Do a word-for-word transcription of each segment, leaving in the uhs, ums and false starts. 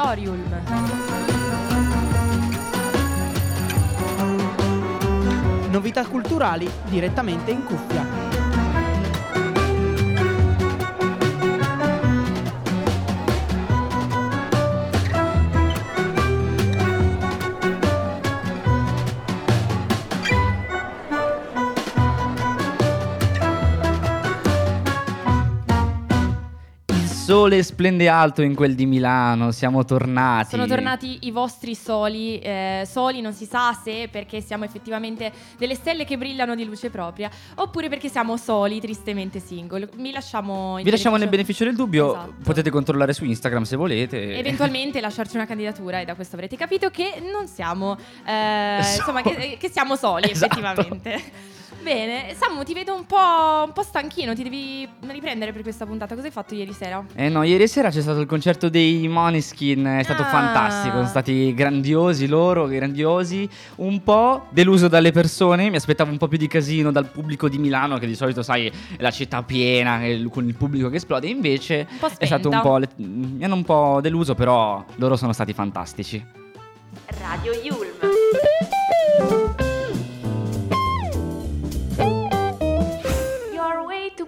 Auditorium. Novità culturali direttamente in cuffia. Il sole splende alto in quel di Milano, siamo tornati. Sono tornati i vostri soli, eh, soli non si sa se perché siamo effettivamente delle stelle che brillano di luce propria, oppure perché siamo soli, tristemente single. Vi lasciamo, Vi lasciamo nel beneficio del dubbio, esatto. Potete controllare su Instagram se volete. Eventualmente lasciarci una candidatura e da questo avrete capito che non siamo, eh, So- insomma, che, che siamo soli Esatto. effettivamente. Bene, Samu, ti vedo un po', un po' stanchino, ti devi riprendere per questa puntata. Cosa hai fatto ieri sera? Eh no, ieri sera c'è stato il concerto dei Måneskin, è stato Ah. fantastico, sono stati grandiosi loro, grandiosi, un po' deluso dalle persone, mi aspettavo un po' più di casino dal pubblico di Milano, che di solito sai è la città piena, eh, con il pubblico che esplode, invece Un po' è stato un spenta. po', le- mi hanno un po' deluso, però loro sono stati fantastici. Radio Yulm. Your way to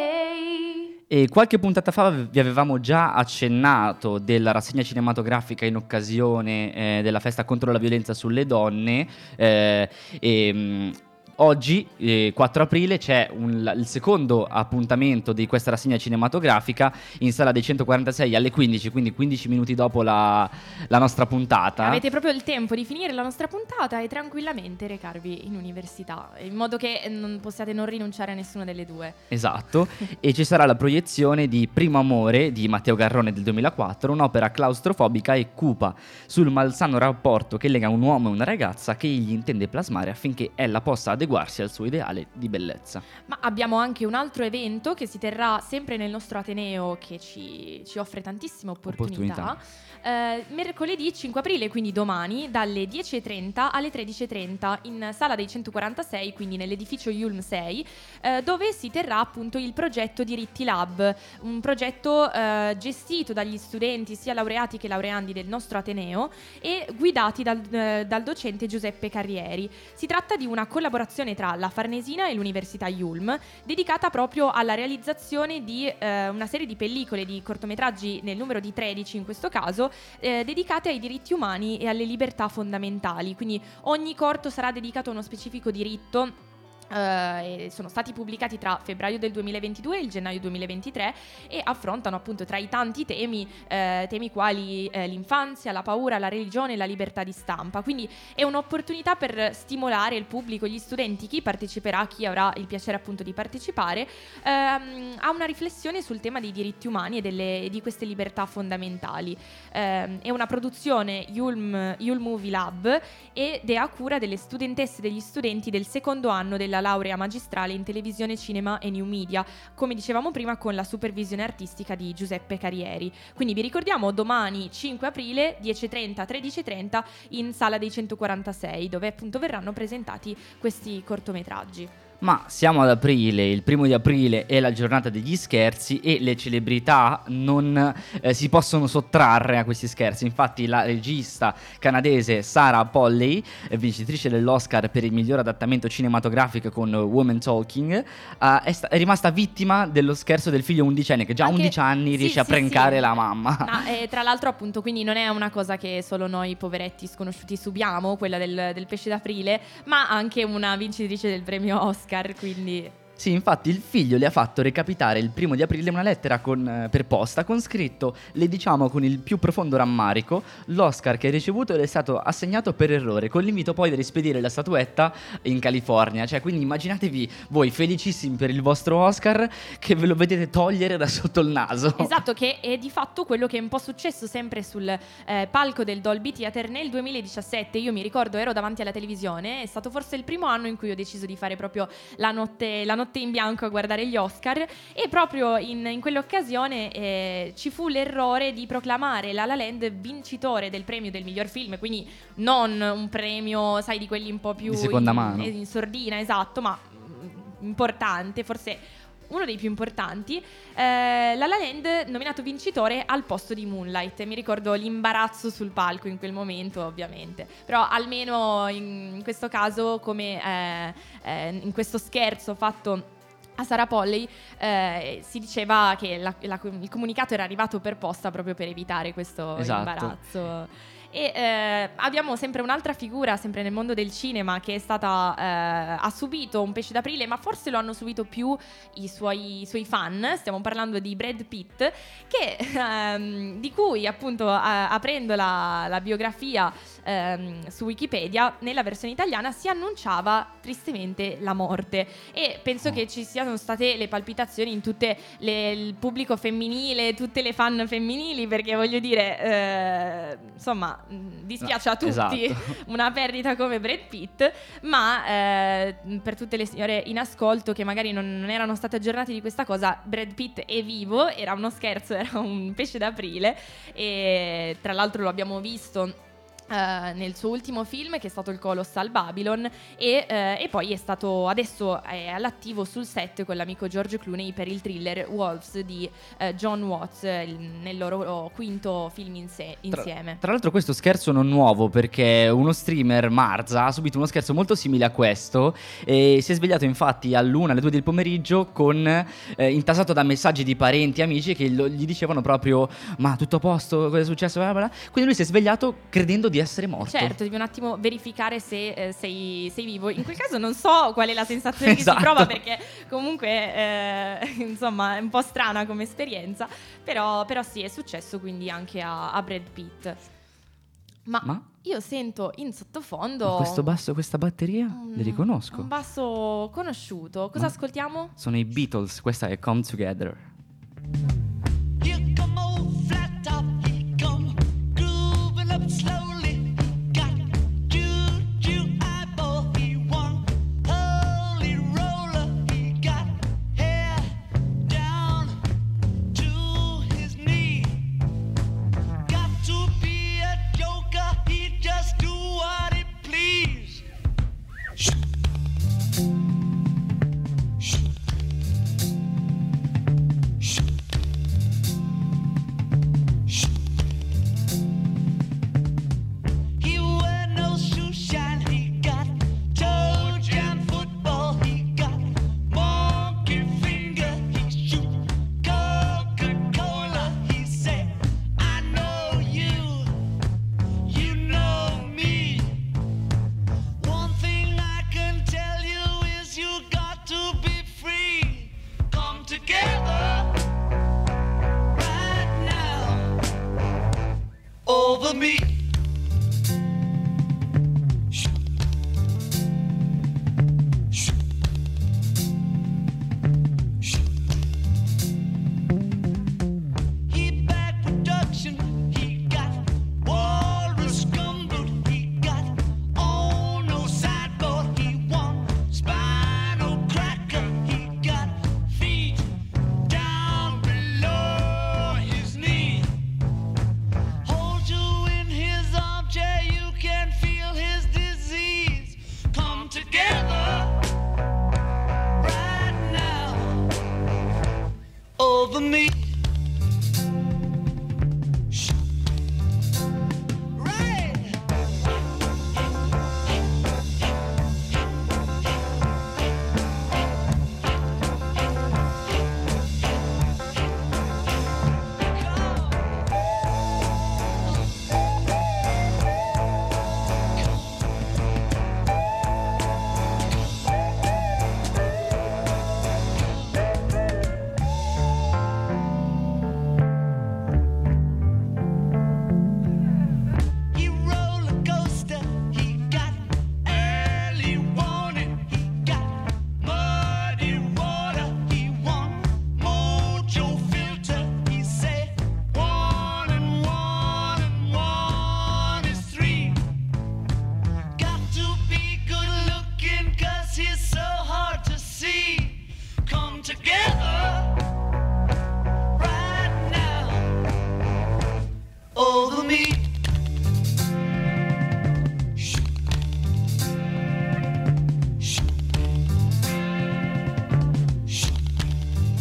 play. E qualche puntata fa vi avevamo già accennato della rassegna cinematografica in occasione eh, della festa contro la violenza sulle donne. eh, e, mh, Oggi, eh, quattro aprile, c'è un- la- il secondo appuntamento di questa rassegna cinematografica in sala dei centoquarantasei alle quindici, quindi quindici minuti dopo la, la nostra puntata. Avete proprio il tempo di finire la nostra puntata e tranquillamente recarvi in università, in modo che non possiate non rinunciare a nessuna delle due. Esatto, e ci sarà la proiezione di Primo Amore di Matteo Garrone del duemilaquattro, un'opera claustrofobica e cupa sul malsano rapporto che lega un uomo e una ragazza che egli intende plasmare affinché ella possa adeguarsi al suo ideale di bellezza. Ma abbiamo anche un altro evento che si terrà sempre nel nostro Ateneo, che ci, ci offre tantissime opportunità. Eh, mercoledì cinque aprile, quindi domani, dalle dieci e trenta alle tredici e trenta in sala dei centoquarantasei, quindi nell'edificio Yulm sei, eh, dove si terrà appunto il progetto Diritti Lab, un progetto eh, gestito dagli studenti sia laureati che laureandi del nostro Ateneo e guidati dal, eh, dal docente Giuseppe Carrieri. Si tratta di una collaborazione tra la Farnesina e l'Università Yulm, dedicata proprio alla realizzazione di eh, una serie di pellicole, di cortometraggi nel numero di tredici in questo caso, eh, dedicate ai diritti umani e alle libertà fondamentali. Quindi ogni corto sarà dedicato a uno specifico diritto. Uh, sono stati pubblicati tra febbraio del duemilaventidue e il gennaio duemilaventitré e affrontano appunto tra i tanti temi eh, temi quali eh, l'infanzia, la paura, la religione e la libertà di stampa. Quindi è un'opportunità per stimolare il pubblico, gli studenti, chi parteciperà, chi avrà il piacere appunto di partecipare, ehm, a una riflessione sul tema dei diritti umani e delle, di queste libertà fondamentali. Eh, è una produzione Yulm, Yulm Movie Lab ed è a cura delle studentesse e degli studenti del secondo anno della laurea magistrale in televisione, cinema e new media, come dicevamo prima, con la supervisione artistica di Giuseppe Carrieri. Quindi vi ricordiamo domani cinque aprile dieci e trenta tredici e trenta in sala dei centoquarantasei, dove appunto verranno presentati questi cortometraggi. Ma siamo ad aprile, il primo di aprile è la giornata degli scherzi e le celebrità non eh, si possono sottrarre a questi scherzi. Infatti la regista canadese Sarah Polley, eh, vincitrice dell'Oscar per il miglior adattamento cinematografico con Woman Talking, eh, è, sta- è rimasta vittima dello scherzo del figlio undicenne che già a Anche- undici anni sì, riesce a sì, prankare sì. la mamma. Ma eh, tra l'altro appunto quindi non è una cosa che solo noi poveretti sconosciuti subiamo, quella del, del pesce d'aprile, ma anche una vincitrice del premio Oscar, quindi... Sì, infatti il figlio le ha fatto recapitare il primo di aprile una lettera con, eh, per posta con scritto: le diciamo con il più profondo rammarico, l'Oscar che hai ricevuto le è stato assegnato per errore, con l'invito poi di rispedire la statuetta in California. Cioè, quindi immaginatevi voi felicissimi per il vostro Oscar che ve lo vedete togliere da sotto il naso. Esatto, che è di fatto quello che è un po' successo sempre sul eh, palco del Dolby Theatre nel duemiladiciassette. Io mi ricordo, ero davanti alla televisione, è stato forse il primo anno in cui ho deciso di fare proprio la notte, la notte in bianco a guardare gli Oscar, e proprio in, in quell'occasione eh, ci fu l'errore di proclamare La La Land vincitore del premio del miglior film, quindi non un premio, sai, di quelli un po' più Di seconda in, mano. in sordina, esatto, ma mm, importante, forse uno dei più importanti, eh, La La Land nominato vincitore al posto di Moonlight. Mi ricordo l'imbarazzo sul palco in quel momento, ovviamente, però almeno in, in questo caso, come eh, eh, in questo scherzo fatto a Sarah Polley, eh, si diceva che la, la, il comunicato era arrivato per posta proprio per evitare questo Esatto. imbarazzo. E eh, abbiamo sempre un'altra figura, sempre nel mondo del cinema, che è stata eh, ha subito un pesce d'aprile, ma forse lo hanno subito più i suoi, i suoi fan. Stiamo parlando di Brad Pitt, che, ehm, di cui appunto a, aprendo la, la biografia ehm, su Wikipedia, nella versione italiana si annunciava tristemente la morte, e penso Oh. che ci siano state le palpitazioni in tutte le, il pubblico femminile, tutte le fan femminili, perché voglio dire, eh, insomma, dispiace No, a tutti esatto. una perdita come Brad Pitt, ma eh, per tutte le signore in ascolto che magari non, non erano state aggiornate di questa cosa, Brad Pitt è vivo, era uno scherzo, era un pesce d'aprile, e tra l'altro lo abbiamo visto Uh, nel suo ultimo film, che è stato il Colossal Babylon, e, uh, e poi è stato adesso è all'attivo sul set con l'amico George Clooney per il thriller Wolves di uh, John Watts, il, nel loro quinto film in sé, insieme. Tra, tra l'altro questo scherzo non nuovo, perché uno streamer, Marza, ha subito uno scherzo molto simile a questo, e si è svegliato infatti all'una, alle due del pomeriggio con eh, intasato da messaggi di parenti e amici che lo, gli dicevano proprio: ma tutto a posto, cosa è successo? Bla bla bla. Quindi lui si è svegliato credendo di essere morto. Certo, devi un attimo verificare se eh, sei, sei vivo. In quel caso non so qual è la sensazione Esatto. che si prova, perché comunque eh, insomma è un po' strana come esperienza, però, però sì, è successo quindi anche a, a Brad Pitt. Ma, Ma? io sento in sottofondo Ma questo basso, questa batteria, un, li riconosco. un basso conosciuto. Cosa Ma- ascoltiamo? Sono i Beatles, questa è Come Together. Here come old flat top, he come grooving up slowly. He got juju eyeball, he one holy roller. He got hair down to his knee. Got to be a joker, he just do what he please. Shh. Shh. Shh. He wear no shoe shine, he got toe jam football, he got monkey finger, he shoot Coca-Cola, he say, I know you, you know me. One thing I can tell you is you got to be free. Come together right now over me. Shh. Shh. Shh. He bad production, he got walrus gumboot, he got on no sideboard, he want spinal cracker, he got feet down below his knee. Hold you in his armchair, you can feel his disease. Come together right now over me. Shh. Right. He roller coaster, he got early warning, he got muddy water, he want mojo filter, he say one and one and one is three. Got to be good looking, cause he's so hard to see. Come together right now over me. Shh. Shh. Shh.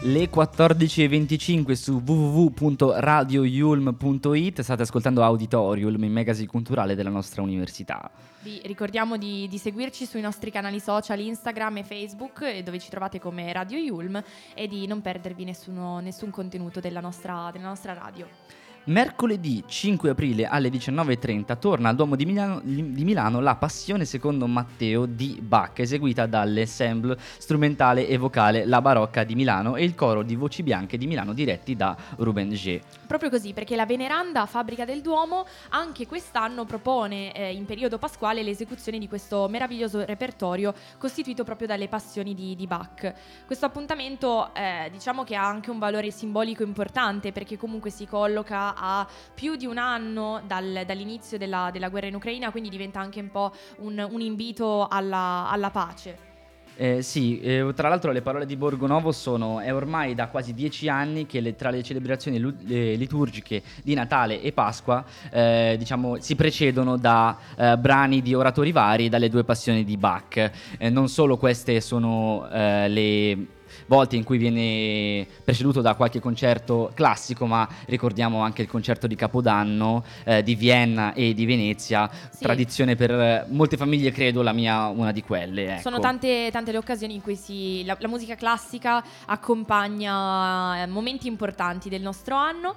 Le quattordici e venticinque su w w w punto radio yulm punto i t. State ascoltando Auditorium, il magazine culturale della nostra università. Vi ricordiamo di, di seguirci sui nostri canali social Instagram e Facebook, dove ci trovate come Radio Yulm, e di non perdervi nessuno, nessun contenuto della nostra, della nostra radio. Mercoledì cinque aprile alle diciannove e trenta torna al Duomo di Milano, di Milano la Passione secondo Matteo di Bach, eseguita dall'ensemble strumentale e vocale La Barocca di Milano e il coro di Voci Bianche di Milano, diretti da Ruben G. Proprio così, perché la veneranda Fabbrica del Duomo anche quest'anno propone eh, in periodo pasquale l'esecuzione di questo meraviglioso repertorio costituito proprio dalle Passioni di, di Bach. Questo appuntamento eh, diciamo che ha anche un valore simbolico importante, perché comunque si colloca a più di un anno dal, dall'inizio della, della guerra in Ucraina, quindi diventa anche un po' un, un invito alla, alla pace. Eh, sì, eh, tra l'altro le parole di Borgonovo sono: è ormai da quasi dieci anni che le, tra le celebrazioni lu- le liturgiche di Natale e Pasqua eh, diciamo si precedono da eh, brani di oratori vari dalle due passioni di Bach. Eh, non solo queste sono eh, le volte in cui viene preceduto da qualche concerto classico, ma ricordiamo anche il concerto di Capodanno eh, di Vienna e di Venezia, sì. Tradizione per molte famiglie, credo la mia una di quelle. Ecco. Sono tante, tante le occasioni in cui si, la, la musica classica accompagna momenti importanti del nostro anno.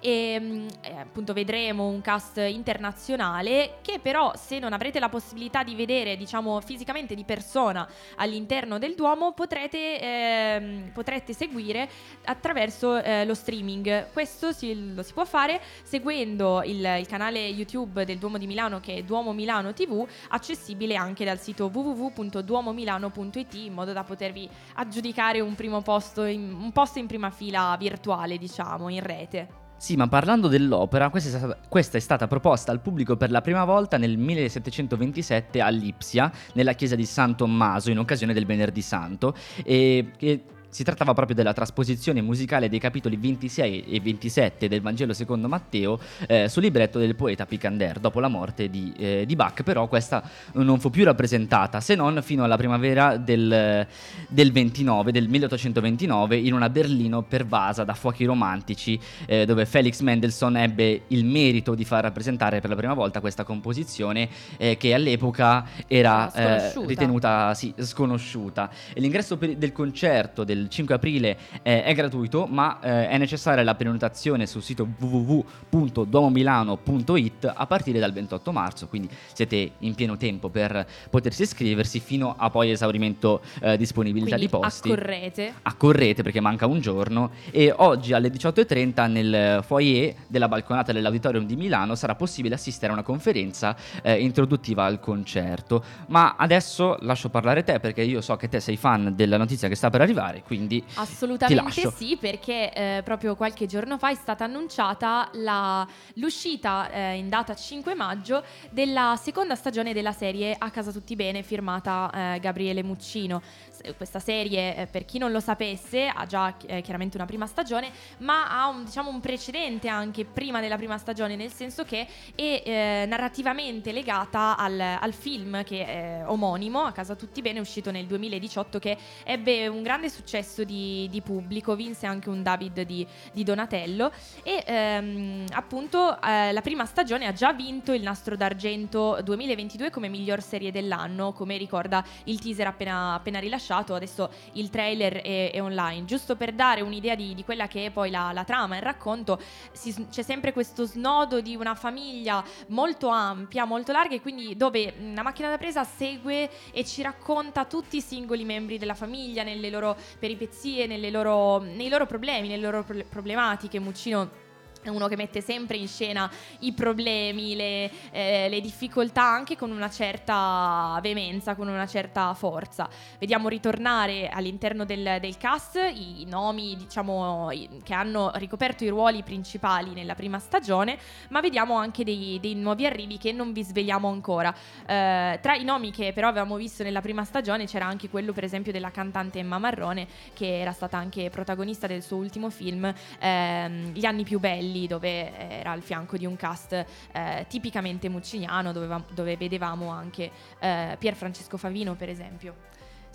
E eh, appunto vedremo un cast internazionale che però, se non avrete la possibilità di vedere diciamo fisicamente di persona all'interno del Duomo, potrete, eh, potrete seguire attraverso eh, lo streaming. Questo si, lo si può fare seguendo il, il canale YouTube del Duomo di Milano, che è Duomo Milano ti vu, accessibile anche dal sito w w w punto duomo milano punto i t, in modo da potervi aggiudicare un primo posto in, un posto in prima fila virtuale, diciamo, in rete. Sì, ma parlando dell'opera, questa è, stata, questa è stata proposta al pubblico per la prima volta nel millesettecentoventisette a Lipsia, nella chiesa di San Tommaso, in occasione del Venerdì Santo, e che si trattava proprio della trasposizione musicale dei capitoli ventisei e ventisette del Vangelo secondo Matteo eh, sul libretto del poeta Picander, dopo la morte di, eh, di Bach. Però questa non fu più rappresentata, se non fino alla primavera del, del ventinove, del milleottocentoventinove, in una Berlino pervasa da fuochi romantici, eh, dove Felix Mendelssohn ebbe il merito di far rappresentare per la prima volta questa composizione eh, che all'epoca era eh, ritenuta sì, sconosciuta. E l'ingresso per, del concerto del cinque aprile eh, è gratuito, ma eh, è necessaria la prenotazione sul sito w w w punto duomo milano punto i t a partire dal ventotto marzo, quindi siete in pieno tempo per potersi iscriversi fino a poi esaurimento eh, disponibilità quindi di posti. Accorrete. Accorrete perché manca un giorno, e oggi alle diciotto e trenta nel foyer della balconata dell'Auditorium di Milano sarà possibile assistere a una conferenza eh, introduttiva al concerto. Ma adesso lascio parlare te, perché io so che te sei fan della notizia che sta per arrivare, quindi assolutamente sì, perché eh, proprio qualche giorno fa è stata annunciata la, l'uscita eh, in data cinque maggio della seconda stagione della serie A Casa Tutti Bene, firmata eh, Gabriele Muccino. Questa serie, eh, per chi non lo sapesse, ha già eh, chiaramente una prima stagione, ma ha un, diciamo, un precedente anche prima della prima stagione, nel senso che è eh, narrativamente legata al, al film che è omonimo, A Casa Tutti Bene, uscito nel duemiladiciotto, che ebbe un grande successo di, di pubblico, vinse anche un David di, di Donatello, e ehm, appunto eh, la prima stagione ha già vinto il Nastro d'Argento duemilaventidue come miglior serie dell'anno, come ricorda il teaser appena, appena rilasciato. Adesso il trailer è, è online. Giusto per dare un'idea di, di quella che è poi la, la trama, il racconto, si, c'è sempre questo snodo di una famiglia molto ampia, molto larga, e quindi dove una macchina da presa segue e ci racconta tutti i singoli membri della famiglia nelle loro peripezie, nelle loro, nei loro problemi, nelle loro problematiche. Muccino è uno che mette sempre in scena i problemi, le, eh, le difficoltà, anche con una certa veemenza, con una certa forza. Vediamo ritornare all'interno del, del cast i nomi, diciamo, che hanno ricoperto i ruoli principali nella prima stagione, ma vediamo anche dei, dei nuovi arrivi che non vi sveliamo ancora. Eh, tra i nomi che però avevamo visto nella prima stagione c'era anche quello, per esempio, della cantante Emma Marrone, che era stata anche protagonista del suo ultimo film, ehm, Gli anni più belli, dove era al fianco di un cast eh, tipicamente mucciniano, dove, dove vedevamo anche eh, Pier Francesco Favino, per esempio.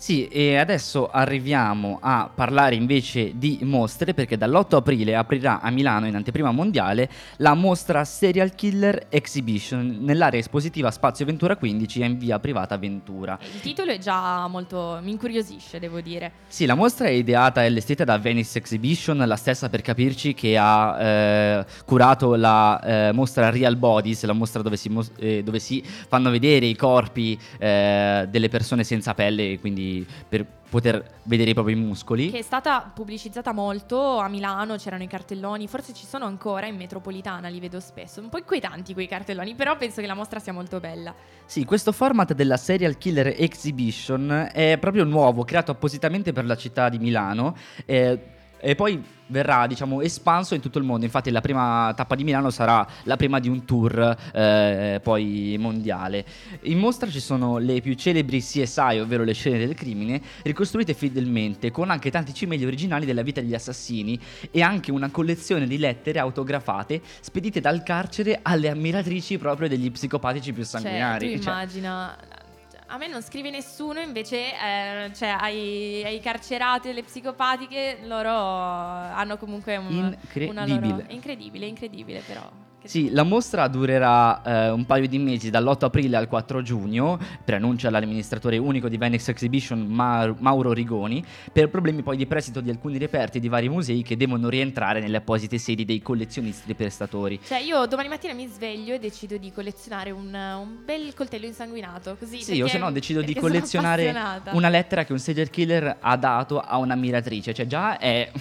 Sì, e adesso arriviamo a parlare invece di mostre, perché dall'otto aprile aprirà a Milano in anteprima mondiale la mostra Serial Killer Exhibition nell'area espositiva Spazio Ventura quindici in via privata Ventura. Il titolo è già molto, mi incuriosisce, devo dire. Sì, la mostra è ideata e allestita da Venice Exhibition, la stessa, per capirci, che ha eh, curato la eh, mostra Real Bodies, la mostra dove si, mos- eh, dove si fanno vedere i corpi eh, delle persone senza pelle, quindi per poter vedere i propri muscoli. Che è stata pubblicizzata molto a Milano, c'erano i cartelloni, forse ci sono ancora in metropolitana, li vedo spesso, un po' inquietanti quei cartelloni, però penso che la mostra sia molto bella. Sì, questo format della Serial Killer Exhibition è proprio nuovo, creato appositamente per la città di Milano, eh, e poi verrà, diciamo, espanso in tutto il mondo. Infatti la prima tappa di Milano sarà la prima di un tour eh, poi mondiale. In mostra ci sono le più celebri C S I, ovvero le scene del crimine, ricostruite fedelmente, con anche tanti cimeli originali della vita degli assassini e anche una collezione di lettere autografate spedite dal carcere alle ammiratrici proprio degli psicopatici più sanguinari. Cioè, tu Cioè, immagina... A me non scrive nessuno, invece eh, cioè, ai, ai carcerati, alle psicopatiche, loro hanno comunque un, una loro... È incredibile, incredibile però. Sì, la mostra durerà eh, un paio di mesi, dall'otto aprile al quattro giugno, preannuncia l'amministratore unico di Venice Exhibition Mar- Mauro Rigoni, per problemi poi di prestito di alcuni reperti di vari musei che devono rientrare nelle apposite sedi dei collezionisti prestatori. Cioè io domani mattina mi sveglio e decido di collezionare un, un bel coltello insanguinato, così. Sì, o se no decido di collezionare una lettera che un serial killer ha dato a un'ammiratrice, cioè già è...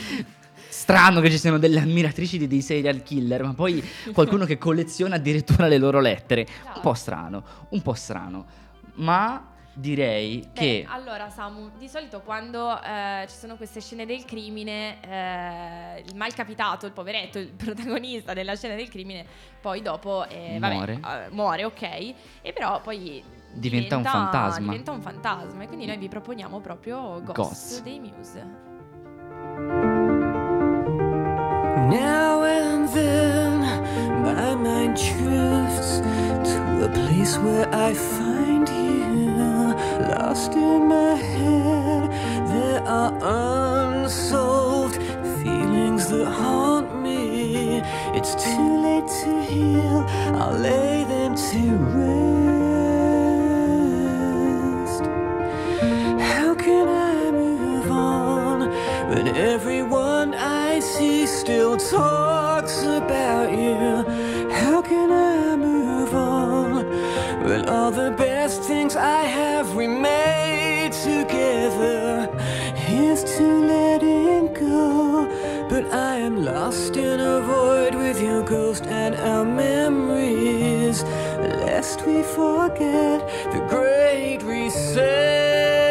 strano che ci siano delle ammiratrici di dei serial killer, ma poi qualcuno che colleziona addirittura le loro lettere. Un po' strano, un po' strano. Ma direi Beh, che... allora Samu, di solito quando eh, ci sono queste scene del crimine, eh, il malcapitato, il poveretto, il protagonista della scena del crimine, poi dopo eh, muore. Vabbè, eh, muore, ok, e però poi... Diventa, diventa un fantasma. Diventa un fantasma. E quindi noi vi proponiamo proprio Ghost, Ghost. dei Muse. Now and then my mind drifts to a place where I find you, lost in my head. There are unsolved feelings that haunt me. It's too late to heal, I'll lay them to rest. How can I move on when everyone I see still talks about you? How can I move on when all the best things I have we made together? Here's to letting go, but I am lost in a void with your ghost and our memories, lest we forget the great reset.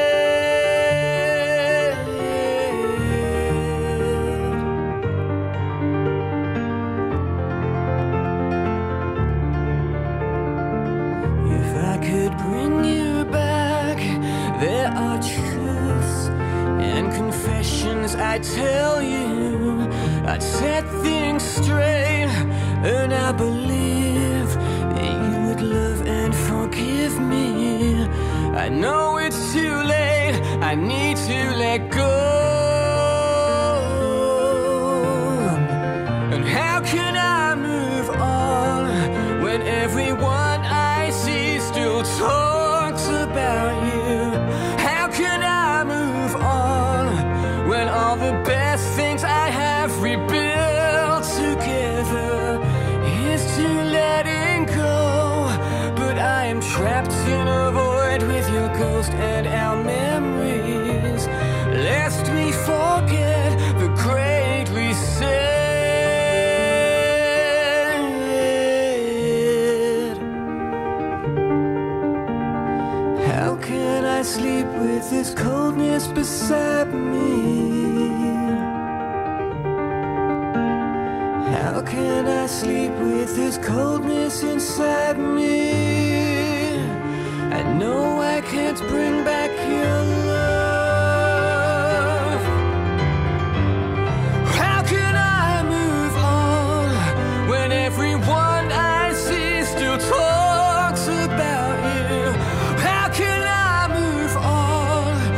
I tell you, I'd set things straight, and I believe that you would love and forgive me. I know it's too late, I need to let go. And how can I move on when everyone I see still talks about you? How can I move on when all the best things I have rebuilt together is to letting go? But I am trapped in a void with your ghost and our memories, lest we forget the great reset. How can I sleep with this coldness beside me? How can I sleep with this coldness inside me? I know I can't bring back your love. How can I move on when everyone I see still talks about you? How can I move on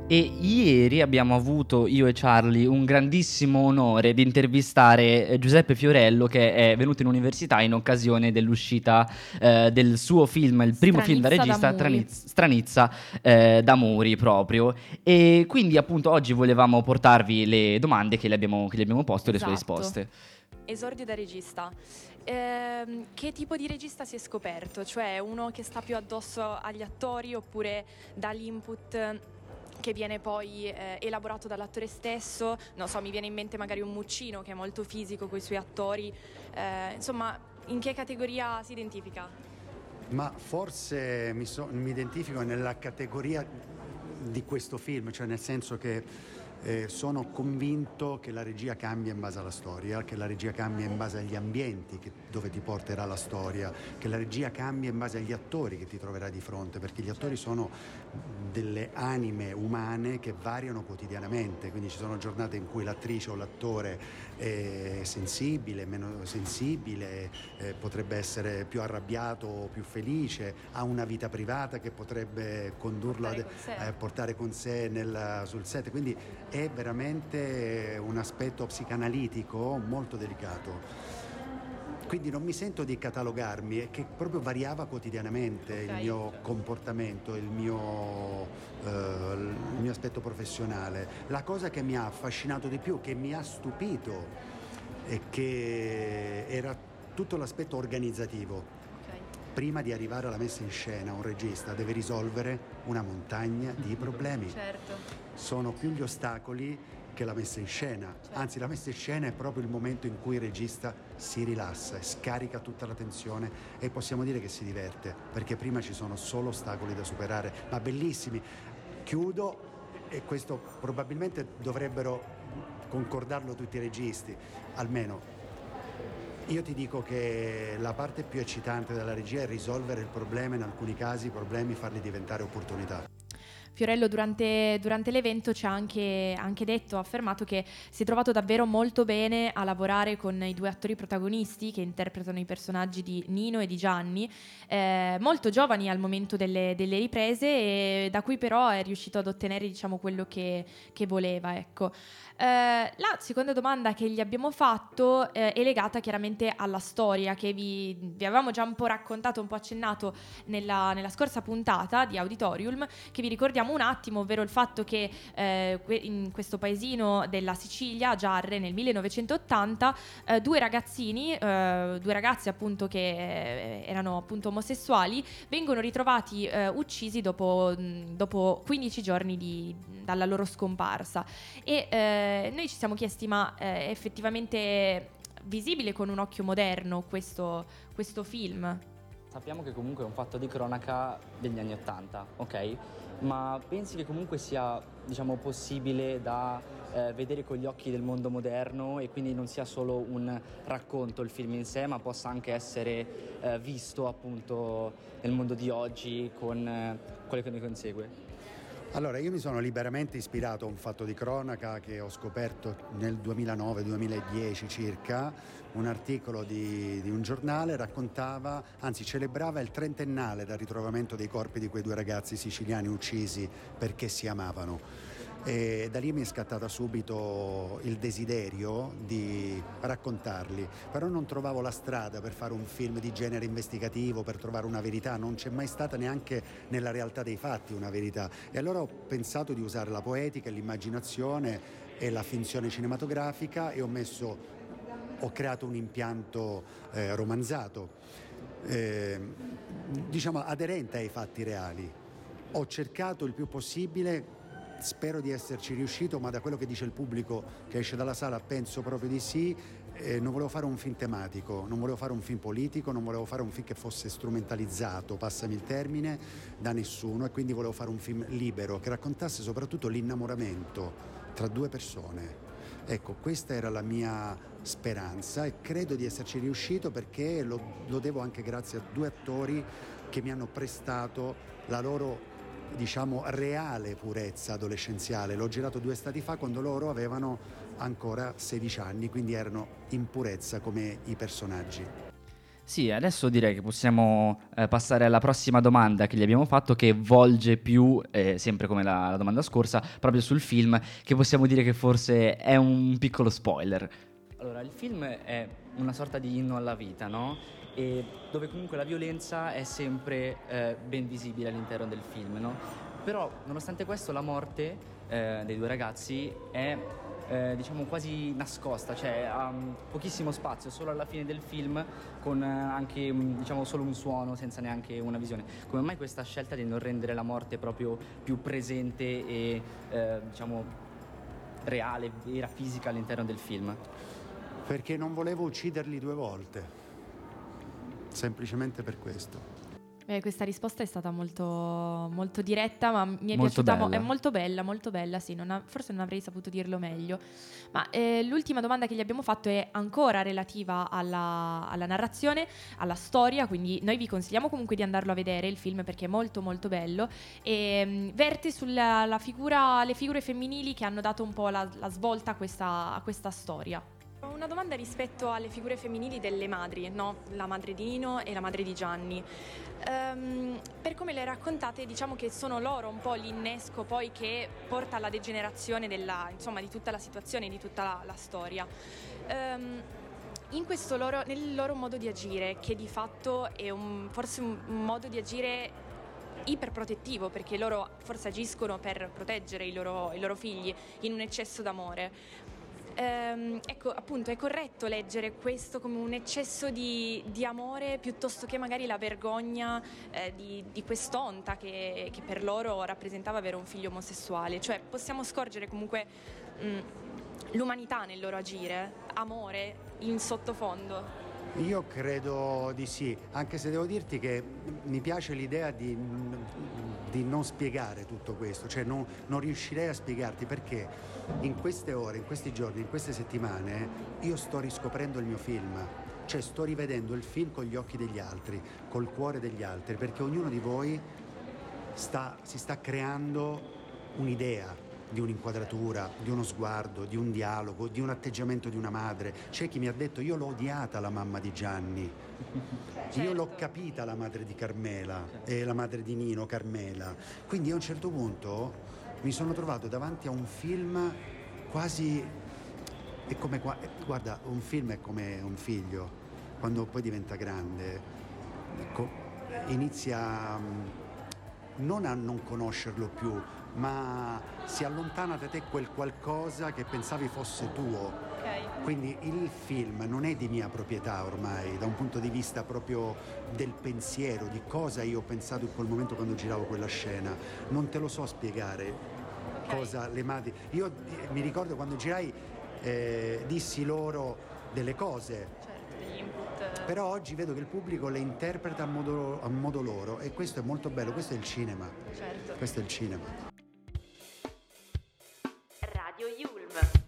E ieri abbiamo avuto, io e Charlie, un grandissimo onore di intervistare eh, Giuseppe Fiorello, che è venuto in università in occasione dell'uscita eh, del suo film, il primo film da Stranizza regista, d'amori. Traniz- Stranizza eh, d'amori proprio. E quindi appunto oggi volevamo portarvi le domande che le abbiamo, che gli abbiamo posto e le sue Esatto. risposte. Esordio da regista. Ehm, che tipo di regista si è scoperto? Cioè uno che sta più addosso agli attori oppure dall'input che viene poi eh, elaborato dall'attore stesso? Non so, mi viene in mente magari un Muccino che è molto fisico con i suoi attori. Eh, insomma, in che categoria si identifica? Ma forse mi, so- mi identifico nella categoria di questo film, cioè nel senso che eh, sono convinto che la regia cambia in base alla storia, che la regia cambia in base agli ambienti che- dove ti porterà la storia, che la regia cambia in base agli attori che ti troverai di fronte, perché gli attori sono delle anime umane che variano quotidianamente, quindi ci sono giornate in cui l'attrice o l'attore è sensibile, meno sensibile, eh, potrebbe essere più arrabbiato o più felice, ha una vita privata che potrebbe condurlo a Portare con sé. eh, portare con sé nel- sul set, quindi è veramente un aspetto psicanalitico molto delicato. Quindi non mi sento di catalogarmi, è che proprio variava quotidianamente Ok. il mio comportamento, il mio, eh, il mio aspetto professionale. La cosa che mi ha affascinato di più, che mi ha stupito, è che era tutto l'aspetto organizzativo. Ok. Prima di arrivare alla messa in scena, un regista deve risolvere una montagna di problemi. Certo. Sono più gli ostacoli che la messa in scena. Certo. Anzi, la messa in scena è proprio il momento in cui il regista si rilassa e scarica tutta la tensione e possiamo dire che si diverte, perché prima ci sono solo ostacoli da superare, ma bellissimi. Chiudo, e questo probabilmente dovrebbero concordarlo tutti i registi, almeno. Io ti dico che la parte più eccitante della regia è risolvere il problema, in alcuni casi i problemi farli diventare opportunità. Fiorello durante, durante l'evento ci ha anche, anche detto, ha affermato che si è trovato davvero molto bene a lavorare con i due attori protagonisti che interpretano i personaggi di Nino e di Gianni, eh, molto giovani al momento delle, delle riprese, e da cui però è riuscito ad ottenere, diciamo, quello che, che voleva, ecco. Eh, la seconda domanda che gli abbiamo fatto eh, è legata chiaramente alla storia che vi, vi avevamo già un po' raccontato, un po' accennato nella, nella scorsa puntata di Auditorium, che vi ricordiamo un attimo, ovvero il fatto che eh, que- in questo paesino della Sicilia, a Giarre, nel millenovecentottanta, eh, due ragazzini, eh, due ragazzi appunto che eh, erano appunto omosessuali, vengono ritrovati eh, uccisi dopo, mh, dopo quindici giorni di, dalla loro scomparsa. E eh, noi ci siamo chiesti, ma eh, è effettivamente visibile con un occhio moderno questo, questo film? Sappiamo che comunque è un fatto di cronaca degli anni Ottanta, ok? Ma pensi che comunque sia, diciamo, possibile da eh, vedere con gli occhi del mondo moderno, e quindi non sia solo un racconto il film in sé, ma possa anche essere eh, visto appunto nel mondo di oggi con eh, quello che ne consegue? Allora, io mi sono liberamente ispirato a un fatto di cronaca che ho scoperto nel duemilanove duemiladieci circa. Un articolo di, di un giornale raccontava, anzi celebrava il trentennale dal ritrovamento dei corpi di quei due ragazzi siciliani uccisi perché si amavano. E da lì mi è scattata subito il desiderio di raccontarli, però non trovavo la strada per fare un film di genere investigativo, per trovare una verità, non c'è mai stata neanche nella realtà dei fatti una verità, e allora ho pensato di usare la poetica, l'immaginazione e la finzione cinematografica, e ho messo, ho creato un impianto eh, romanzato, eh, diciamo aderente ai fatti reali. Ho cercato il più possibile. Spero di esserci riuscito, ma da quello che dice il pubblico che esce dalla sala penso proprio di sì. Eh, non volevo fare un film tematico, non volevo fare un film politico, non volevo fare un film che fosse strumentalizzato, passami il termine, da nessuno, e quindi volevo fare un film libero che raccontasse soprattutto l'innamoramento tra due persone. Ecco, questa era la mia speranza e credo di esserci riuscito, perché lo, lo devo anche grazie a due attori che mi hanno prestato la loro, diciamo, reale purezza adolescenziale. L'ho girato due stati fa quando loro avevano ancora sedici anni, quindi erano in purezza come i personaggi. Sì, adesso direi che possiamo eh, passare alla prossima domanda che gli abbiamo fatto, che volge più, eh, sempre come la, la domanda scorsa, proprio sul film, che possiamo dire che forse è un piccolo spoiler. Allora, il film è una sorta di inno alla vita, no? E dove comunque la violenza è sempre eh, ben visibile all'interno del film, no? Però, nonostante questo, la morte eh, dei due ragazzi è eh, diciamo quasi nascosta, cioè ha um, pochissimo spazio, solo alla fine del film, con eh, anche um, diciamo solo un suono, senza neanche una visione. Come mai questa scelta di non rendere la morte proprio più presente e eh, diciamo reale, vera, fisica all'interno del film? Perché non volevo ucciderli due volte, semplicemente per questo. Eh, questa risposta è stata molto, molto diretta, ma mi è Molto piaciuta, mo- bella. è molto bella, molto bella, sì, non ha- forse non avrei saputo dirlo meglio. Ma eh, l'ultima domanda che gli abbiamo fatto è ancora relativa alla, alla narrazione, alla storia, quindi noi vi consigliamo comunque di andarlo a vedere il film perché è molto molto bello e mh, verte sulla la figura, le figure femminili che hanno dato un po' la, la svolta a questa, a questa storia. Ho una domanda rispetto alle figure femminili delle madri, no? La madre di Nino e la madre di Gianni. Ehm, per come le raccontate, diciamo che sono loro un po' l'innesco poi che porta alla degenerazione della, insomma, di tutta la situazione, di tutta la, la storia. Ehm, in questo loro, nel loro modo di agire, che di fatto è un, forse un, un modo di agire iperprotettivo, perché loro forse agiscono per proteggere i loro, i loro figli in un eccesso d'amore. Ehm, ecco, appunto, è corretto leggere questo come un eccesso di, di amore piuttosto che magari la vergogna eh, di, di quest'onta che, che per loro rappresentava avere un figlio omosessuale. Cioè, possiamo scorgere comunque mh, l'umanità nel loro agire, amore in sottofondo. Io credo di sì, anche se devo dirti che mi piace l'idea di, di non spiegare tutto questo, cioè non, non riuscirei a spiegarti perché in queste ore, in questi giorni, in queste settimane io sto riscoprendo il mio film, cioè sto rivedendo il film con gli occhi degli altri, col cuore degli altri, perché ognuno di voi sta, si sta creando un'idea di un'inquadratura, di uno sguardo, di un dialogo, di un atteggiamento di una madre. C'è chi mi ha detto io l'ho odiata la mamma di Gianni, Certo. io l'ho capita la madre di Carmela e la madre di Nino, Carmela. Quindi a un certo punto mi sono trovato davanti a un film quasi, è come qua, guarda, un film è come un figlio, quando poi diventa grande, ecco, inizia mm, non a non conoscerlo più, ma si allontana da te quel qualcosa che pensavi fosse tuo. Ok. Quindi il film non è di mia proprietà ormai, da un punto di vista proprio del pensiero, di cosa io ho pensato in quel momento quando giravo quella scena. Non te lo so spiegare cosa le madri... Io eh, mi ricordo quando girai eh, dissi loro delle cose, Certo, degli input. però oggi vedo che il pubblico le interpreta a modo, a modo loro e questo è molto bello, questo è il cinema. Certo. Questo è il cinema. Radio Yulm.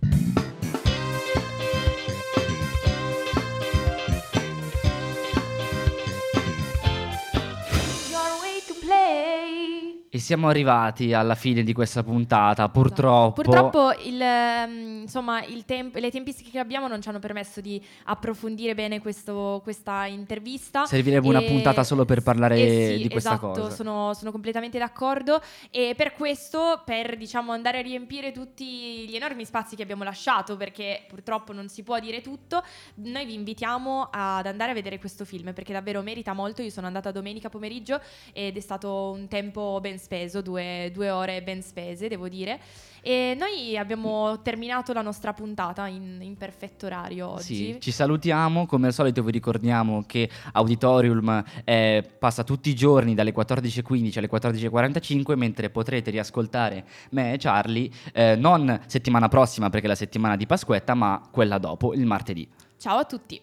Your way to play. E siamo arrivati alla fine di questa puntata, purtroppo. Purtroppo il, ehm, insomma, il temp- le tempistiche che abbiamo non ci hanno permesso di approfondire bene questo- questa intervista. Servirebbe una E- puntata solo per parlare eh sì, di questa esatto, cosa. Sono, sono completamente d'accordo e per questo, per diciamo andare a riempire tutti gli enormi spazi che abbiamo lasciato, perché purtroppo non si può dire tutto, noi vi invitiamo ad andare a vedere questo film perché davvero merita molto. Io sono andata domenica pomeriggio ed è stato un tempo ben speso, due, due ore ben spese, devo dire. E noi abbiamo terminato la nostra puntata in, in perfetto orario oggi. Sì, ci salutiamo, come al solito vi ricordiamo che Auditorium eh, passa tutti i giorni dalle quattordici e quindici alle quattordici e quarantacinque, mentre potrete riascoltare me e Charlie eh, non settimana prossima perché è la settimana di Pasquetta, ma quella dopo, il martedì. Ciao a tutti.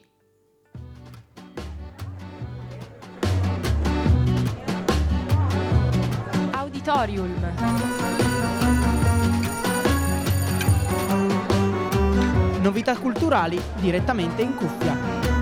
Auditorium. Novità culturali direttamente in cuffia.